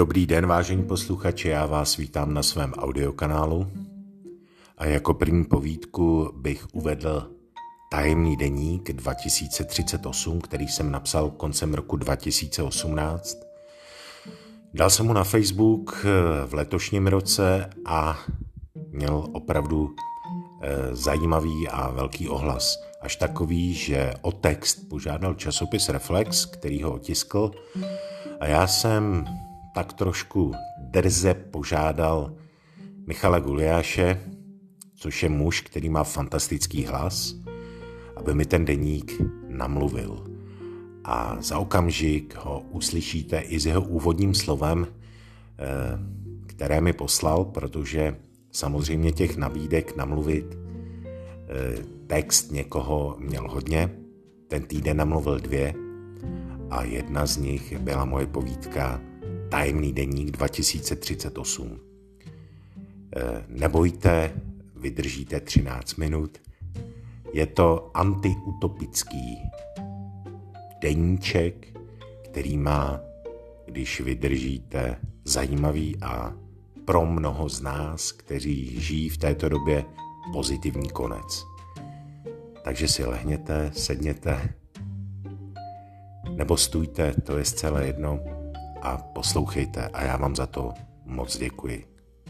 Dobrý den, vážení posluchači, já vás vítám na svém audiokanálu a jako první povídku bych uvedl Tajemný deník 2038, který jsem napsal koncem roku 2018. Dal jsem mu na Facebook v letošním roce a měl opravdu zajímavý a velký ohlas. Až takový, že o text požádal časopis Reflex, který ho otiskl, a já jsem tak trošku drze požádal Michala Guliáše, což je muž, který má fantastický hlas, aby mi ten deník namluvil. A za okamžik ho uslyšíte i s jeho úvodním slovem, které mi poslal, protože samozřejmě těch nabídek namluvit text někoho měl hodně. Ten týden namluvil 2 a jedna z nich byla moje povídka Tajemný deník 2038. Nebojte, vydržíte 13 minut. Je to antiutopický deníček, který má, když vydržíte, zajímavý a pro mnoho z nás, kteří žijí v této době, pozitivní konec. Takže si lehněte, sedněte, nebo stůjte, to je zcela jedno, a poslouchejte a já vám za to moc děkuji.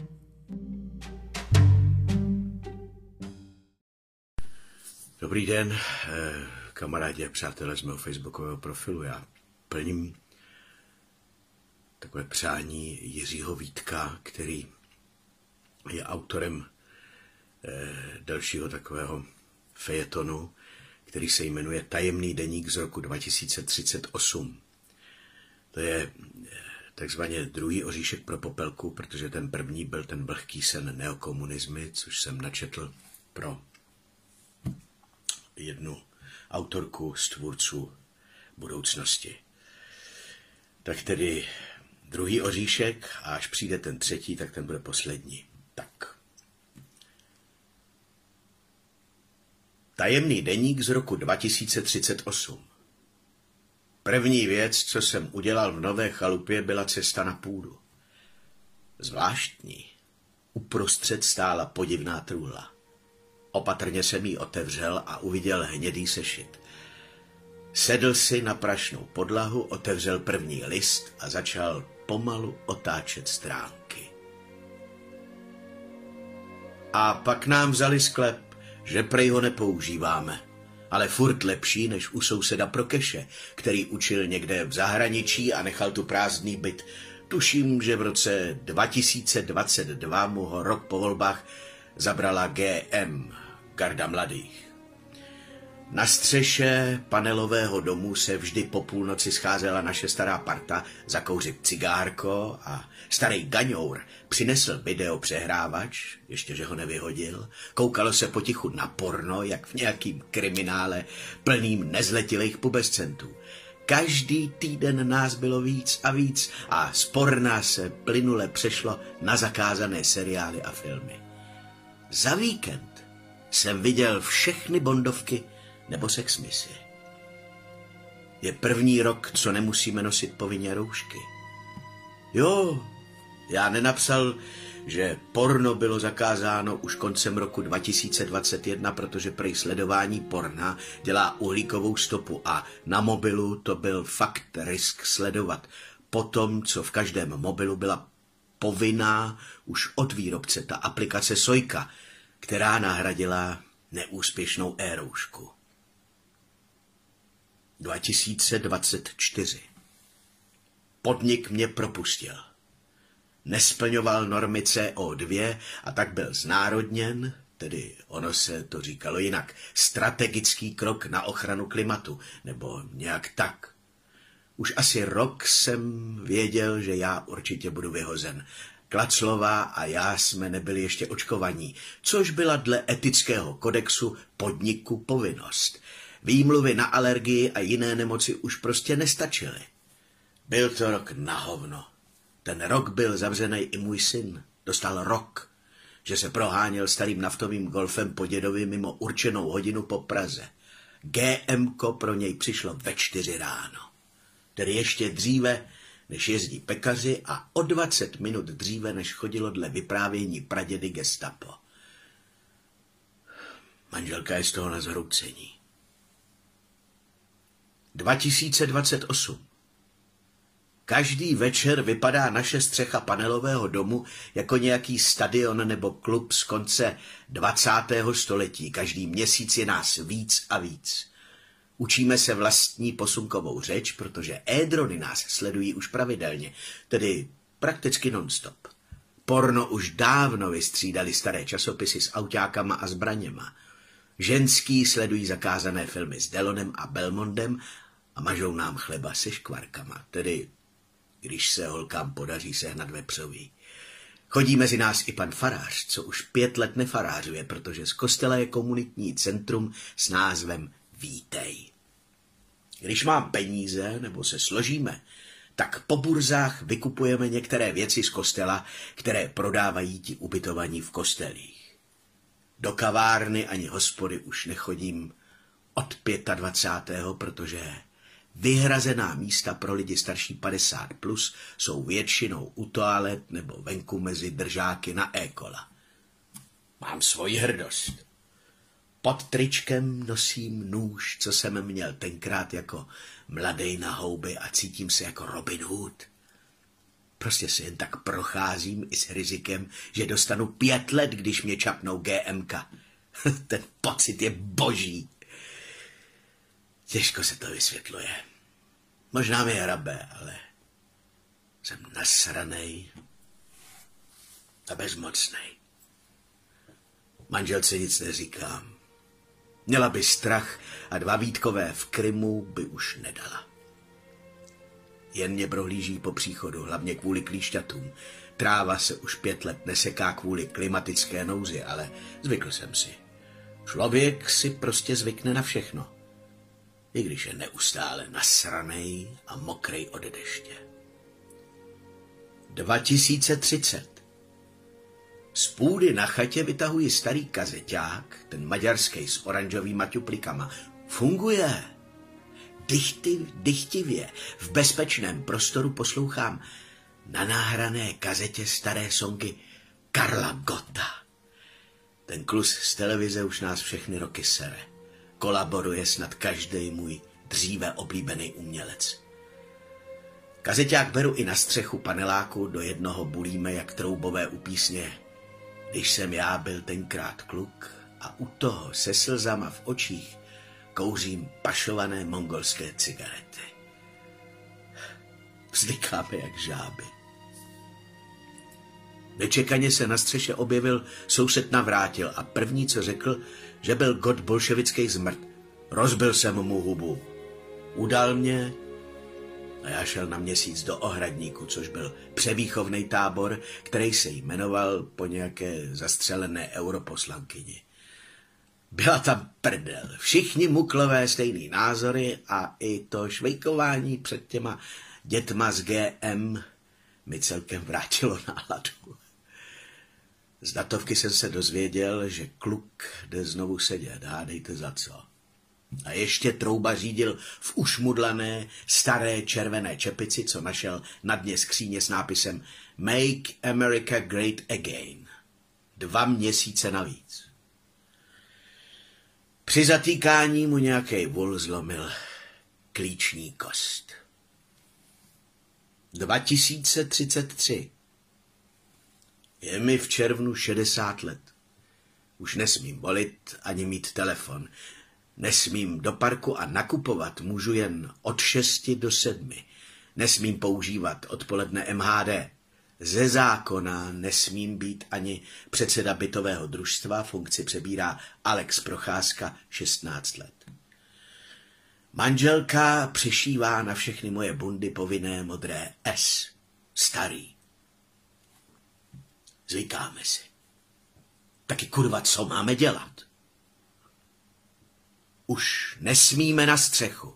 Dobrý den, kamarádi a přátelé z mého facebookového profilu. Já plním takové přání Jiřího Vítka, který je autorem dalšího takového fejetonu, který se jmenuje Tajemný deník z roku 2038. To je takzvaně druhý oříšek pro popelku, protože ten první byl ten vlhký sen neokomunismy, což jsem načetl pro jednu autorku z tvůrců budoucnosti. Tak tedy druhý oříšek a až přijde ten třetí, tak ten bude poslední. Tak. Tajemný deník z roku 2038. První věc, co jsem udělal v nové chalupě, byla cesta na půdu. Zvláštní. Uprostřed stála podivná trůhla. Opatrně jsem ji otevřel a uviděl hnědý sešit. Sedl si na prašnou podlahu, otevřel první list a začal pomalu otáčet stránky. A pak nám vzali sklep, že prej ho nepoužíváme, ale furt lepší než u souseda Prokeše, který učil někde v zahraničí a nechal tu prázdný byt. Tuším, že v roce 2022 mu ho rok po volbách zabrala GM, Garda mladých. Na střeše panelového domu se vždy po půlnoci scházela naše stará parta zakouřit cigárko a starý gaňour přinesl videopřehrávač, ještě že ho nevyhodil. Koukalo se potichu na porno, jak v nějakým kriminále plným nezletilých pubescentů. Každý týden nás bylo víc a víc a z porna se plynule přešlo na zakázané seriály a filmy. Za víkend jsem viděl všechny bondovky nebo sexmisie. Je první rok, co nemusíme nosit povinně roušky. Jo, já nenapsal, že porno bylo zakázáno už koncem roku 2021, protože prej sledování porna dělá uhlíkovou stopu a na mobilu to byl fakt risk sledovat. Potom, co v každém mobilu byla povinná už od výrobce ta aplikace Sojka, která nahradila neúspěšnou e-roušku. 2024. Podnik mě propustil. Nesplňoval normy CO2 a tak byl znárodněn, tedy ono se to říkalo jinak, strategický krok na ochranu klimatu, nebo nějak tak. Už asi rok jsem věděl, že já určitě budu vyhozen. Klaclová a já jsme nebyli ještě očkovaní, což byla dle etického kodexu podniku povinnost. Výmluvy na alergii a jiné nemoci už prostě nestačily. Byl to rok na hovno. Ten rok byl zavřený i můj syn. Dostal rok, že se proháněl starým naftovým golfem po dědovi mimo určenou hodinu po Praze. GMko pro něj přišlo ve 4 ráno. Tedy ještě dříve, než jezdí pekaři a o 20 minut dříve, než chodilo dle vyprávění pradědy gestapo. Manželka je z toho na zhroucení. 2028. Každý večer vypadá naše střecha panelového domu jako nějaký stadion nebo klub z konce 20. století. Každý měsíc je nás víc a víc. Učíme se vlastní posunkovou řeč, protože édrony nás sledují už pravidelně, tedy prakticky non-stop. Porno už dávno vystřídali staré časopisy s autákama a zbraněma. Ženský sledují zakázané filmy s Delonem a Belmondem a mažou nám chleba se škvarkama, tedy když se holkám podaří sehnat vepřový. Chodí mezi nás i pan farář, co už 5 let nefarářuje, protože z kostela je komunitní centrum s názvem Vítej. Když mám peníze nebo se složíme, tak po burzách vykupujeme některé věci z kostela, které prodávají ti ubytovaní v kostelích. Do kavárny ani hospody už nechodím od 25., protože vyhrazená místa pro lidi starší 50+ jsou většinou u toalet nebo venku mezi držáky na e-kola. Mám svoji hrdost. Pod tričkem nosím nůž, co jsem měl tenkrát jako mladej na houby a cítím se jako Robin Hood. Prostě si jen tak procházím i s rizikem, že dostanu 5 let, když mě čapnou GMK. Ten pocit je boží. Těžko se to vysvětluje. Možná mi hrabe, ale jsem nasranej a bezmocnej. Manželce nic neříkám. Měla by strach a 2 Vítkové v Krymu by už nedala. Jen mě prohlíží po příchodu, hlavně kvůli klíšťatům. Tráva se už 5 let neseká kvůli klimatické nouzi, ale zvykl jsem si. Člověk si prostě zvykne na všechno. I když je neustále nasranej a mokrej od deště. 2030. Z půdy na chatě vytahuji starý kazeťák, ten maďarský s oranžovýma ťuplikama. Funguje. Dychtivě v bezpečném prostoru poslouchám na náhrané kazetě staré songy Karla Gotta. Ten klus z televize už nás všechny roky sere. Kolaboruje snad každý můj dříve oblíbený umělec. Kazeťák beru i na střechu paneláku, do jednoho bulíme jak troubové u písně Když jsem já byl tenkrát kluk a u toho se slzama v očích kouřím pašované mongolské cigarety. Vzdykáme jak žáby. Nečekaně se na střeše objevil soused Navrátil a první, co řekl, že byl god bolševický zmrt. Rozbil jsem mu hubu. Udal mě a já šel na měsíc do Ohradníku, což byl převýchovný tábor, který se jmenoval po nějaké zastřelené europoslankyni. Byla tam prdel. Všichni muklové stejný názory a i to švejkování před těma dětma z GM mi celkem vrátilo náladu. Z datovky jsem se dozvěděl, že kluk jde znovu sedět. Hádejte za co. A ještě trouba řídil v ušmudlané staré červené čepici, co našel na dně skříně s nápisem Make America Great Again. 2 měsíce navíc. Při zatýkání mu nějaký vul zlomil klíční kost. 2033. Je mi v červnu 60 let. Už nesmím volit ani mít telefon. Nesmím do parku a nakupovat můžu jen od 6 do 7. Nesmím používat odpoledne MHD. Ze zákona nesmím být ani předseda bytového družstva, funkci přebírá Alex Procházka, 16 let. Manželka přišívá na všechny moje bundy povinné modré S. Starý. Zvykáme si. Taky kurva, co máme dělat? Už nesmíme na střechu.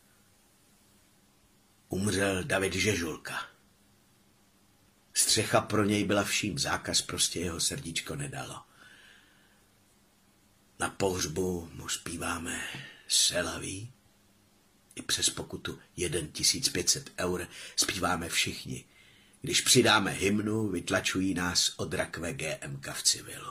Umřel David Žežulka. Střecha pro něj byla vším, zákaz prostě jeho srdíčko nedalo. Na pohřbu mu zpíváme Selaví. I přes pokutu 1500 eur zpíváme všichni. Když přidáme hymnu, vytlačují nás od rakve GMK v civilu.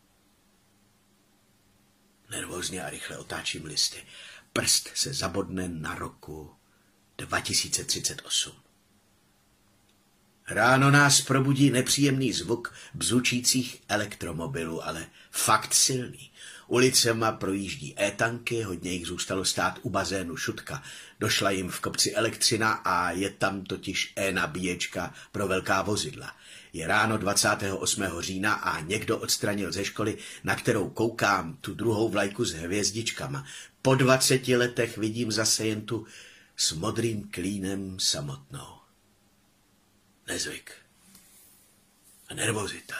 Nervózně a rychle otáčím listy. Prst se zabodne na roku 2038. Ráno nás probudí nepříjemný zvuk bzučících elektromobilů, ale fakt silný. Ulicema projíždí e-tanky, hodně jich zůstalo stát u bazénu Šutka. Došla jim v kopci elektřina a je tam totiž e-nabíječka pro velká vozidla. Je ráno 28. října a někdo odstranil ze školy, na kterou koukám, tu druhou vlajku s hvězdičkama. Po 20 letech vidím zase jen tu s modrým klínem samotnou. Nezvyk. A nervozita.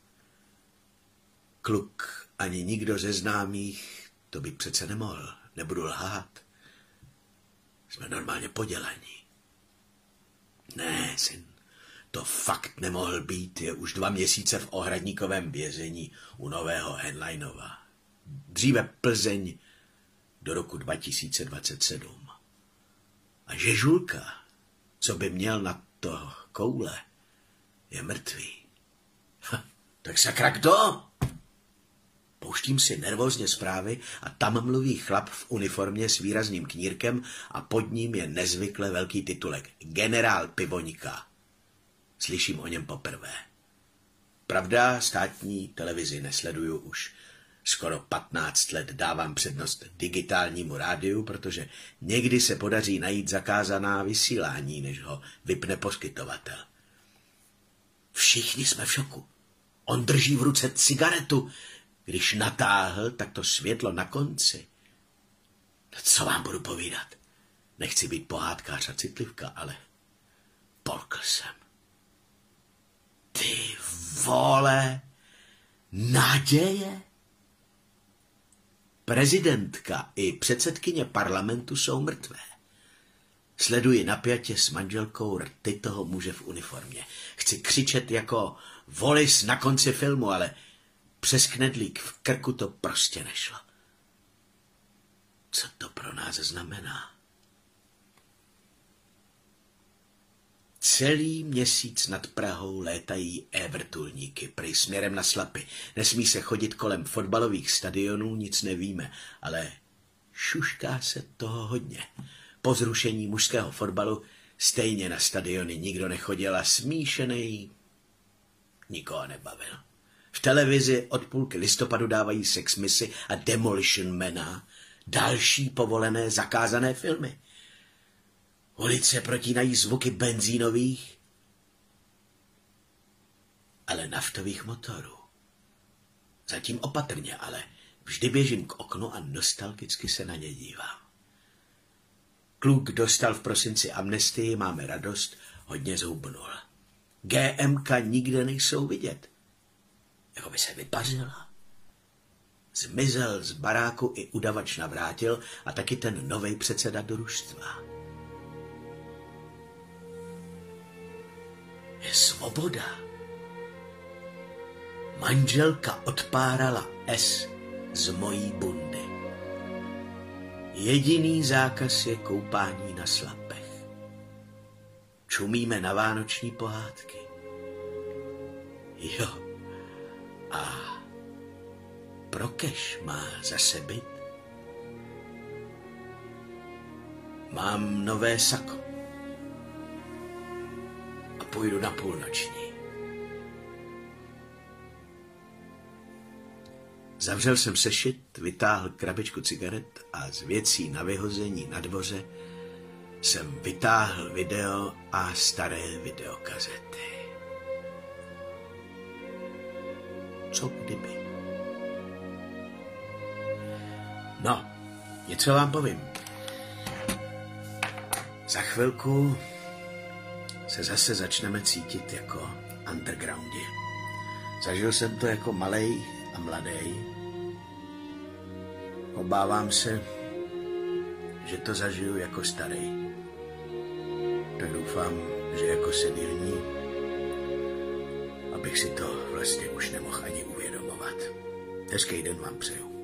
Kluk ani nikdo ze známých, to by přece nemohl, nebudu lhát. Jsme normálně podělaní. Ne, syn, to fakt nemohl být, je už 2 měsíce v ohradníkovém vězení u Nového Henleinova. Dříve Plzeň do roku 2027. A Žežulka, co by měl na to koule, je mrtvý. Tak sakra kdo? Pouštím si nervózně zprávy a tam mluví chlap v uniformě s výrazným knírkem a pod ním je nezvykle velký titulek. Generál Pivoňka. Slyším o něm poprvé. Pravda, státní televizi nesleduju už skoro 15 let, dávám přednost digitálnímu rádiu, protože někdy se podaří najít zakázaná vysílání, než ho vypne poskytovatel. Všichni jsme v šoku. On drží v ruce cigaretu. Když natáhl, tak to světlo na konci. Co vám budu povídat? Nechci být pohádkář a citlivka, ale polkl jsem. Ty vole, naděje? Prezidentka i předsedkyně parlamentu jsou mrtvé. Sleduji napjatě s manželkou rty toho muže v uniformě. Chci křičet jako Volis na konci filmu, ale přes knedlík v krku to prostě nešlo. Co to pro nás znamená? Celý měsíc nad Prahou létají e-vrtulníky, prý směrem na Slapy. Nesmí se chodit kolem fotbalových stadionů, nic nevíme, ale šušká se toho hodně. Po zrušení mužského fotbalu stejně na stadiony nikdo nechodil a smíšený nikoho nebavil. V televizi od půlky listopadu dávají Sex Missy a Demolition Mana, další povolené zakázané filmy. Ulice protínají zvuky benzínových, ale naftových motorů. Zatím opatrně, ale vždy běžím k oknu a nostalgicky se na ně dívám. Kluk dostal v prosinci amnestii, máme radost, hodně zhubnul. GMK nikde nejsou vidět. Jako by se vypařila. Zmizel z baráku i udavač Navrátil a taky ten novej předseda družstva. Je svoboda. Manželka odpárala S z mojí bundy. Jediný zákaz je koupání na Slapech. Čumíme na vánoční pohádky. Jo. A Prokeš má zase byt. Mám nové sako. A půjdu na půlnoční. Zavřel jsem sešit, vytáhl krabičku cigaret a z věcí na vyhození na dvoře jsem vytáhl video a staré videokazety. Co kdyby? No, něco vám povím. Za chvilku se zase začneme cítit jako undergroundi. Zažil jsem to jako malej a mladej. Obávám se, že to zažiju jako starý. Tak doufám, že jako senilní, abych si to vlastně už nemohl ani uvědomovat. Hezký den vám přeju.